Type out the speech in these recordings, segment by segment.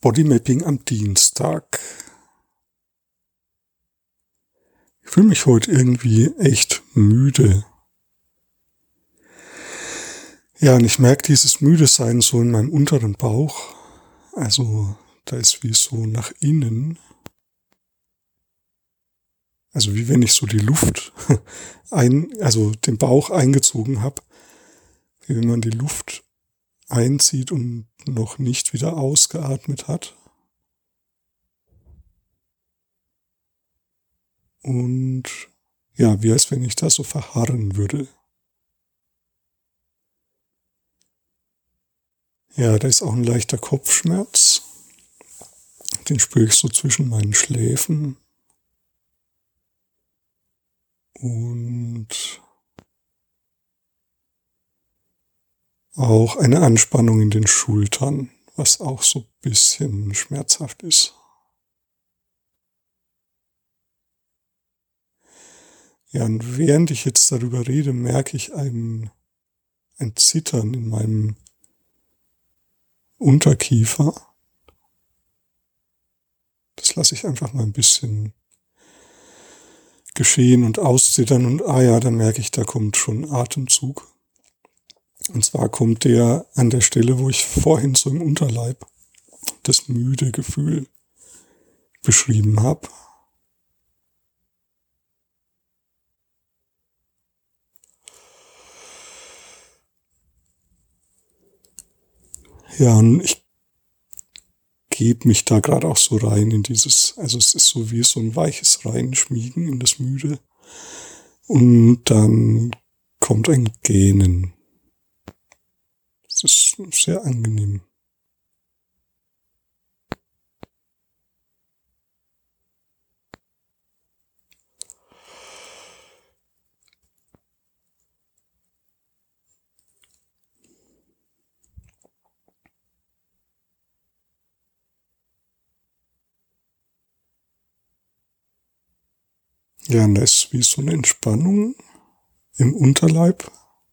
Bodymapping am Dienstag. Ich fühle mich heute irgendwie echt müde. Ja, und ich merke dieses Müdesein so in meinem unteren Bauch. Also da ist wie so nach innen. Also wie wenn ich so die Luft den Bauch eingezogen habe. Wie wenn man die Luft einzieht und noch nicht wieder ausgeatmet hat. Und ja, wie als wenn ich da so verharren würde. Ja, da ist auch ein leichter Kopfschmerz. Den spüre ich so zwischen meinen Schläfen. Und auch eine Anspannung in den Schultern, was auch so ein bisschen schmerzhaft ist. Ja, und während ich jetzt darüber rede, merke ich ein Zittern in meinem Unterkiefer. Das lasse ich einfach mal ein bisschen geschehen und auszittern und da merke ich, da kommt schon Atemzug. Und zwar kommt der an der Stelle, wo ich vorhin so im Unterleib das müde Gefühl beschrieben habe. Ja, und ich gebe mich da gerade auch so rein in dieses, also es ist so wie so ein weiches Reinschmiegen in das Müde. Und dann kommt ein Gähnen. Das ist sehr angenehm. Ja, und da ist wie so eine Entspannung im Unterleib.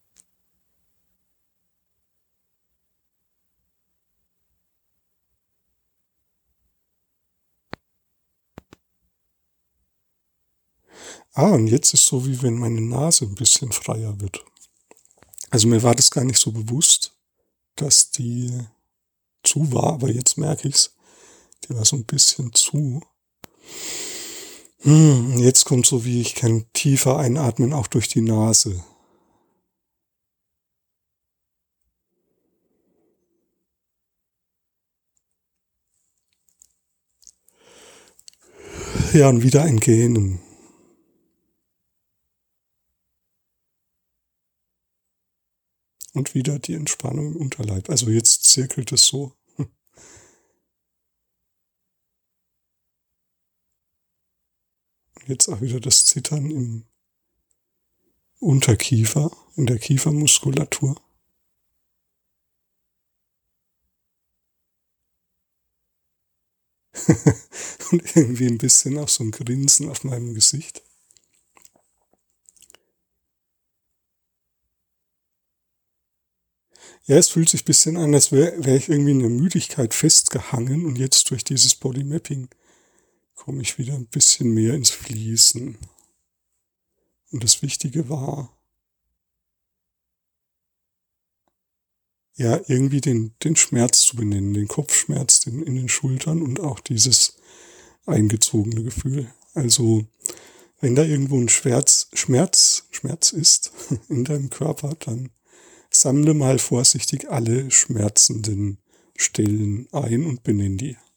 Und jetzt ist so, wie wenn meine Nase ein bisschen freier wird. Also mir war das gar nicht so bewusst, dass die zu war, aber jetzt merke ich's. Die war so ein bisschen zu. Jetzt kommt so wie, ich kann tiefer einatmen, auch durch die Nase. Ja, und wieder ein Gähnen. Und wieder die Entspannung im Unterleib. Also jetzt zirkelt es so. Jetzt auch wieder das Zittern im Unterkiefer, in der Kiefermuskulatur. Und irgendwie ein bisschen auch so ein Grinsen auf meinem Gesicht. Ja, es fühlt sich ein bisschen an, als wär ich irgendwie in der Müdigkeit festgehangen und jetzt durch dieses Bodymapping komme ich wieder ein bisschen mehr ins Fließen. Und das Wichtige war, ja, irgendwie den Schmerz zu benennen, den Kopfschmerz in den Schultern und auch dieses eingezogene Gefühl. Also, wenn da irgendwo ein Schmerz ist in deinem Körper, dann sammle mal vorsichtig alle schmerzenden Stellen ein und benenn die.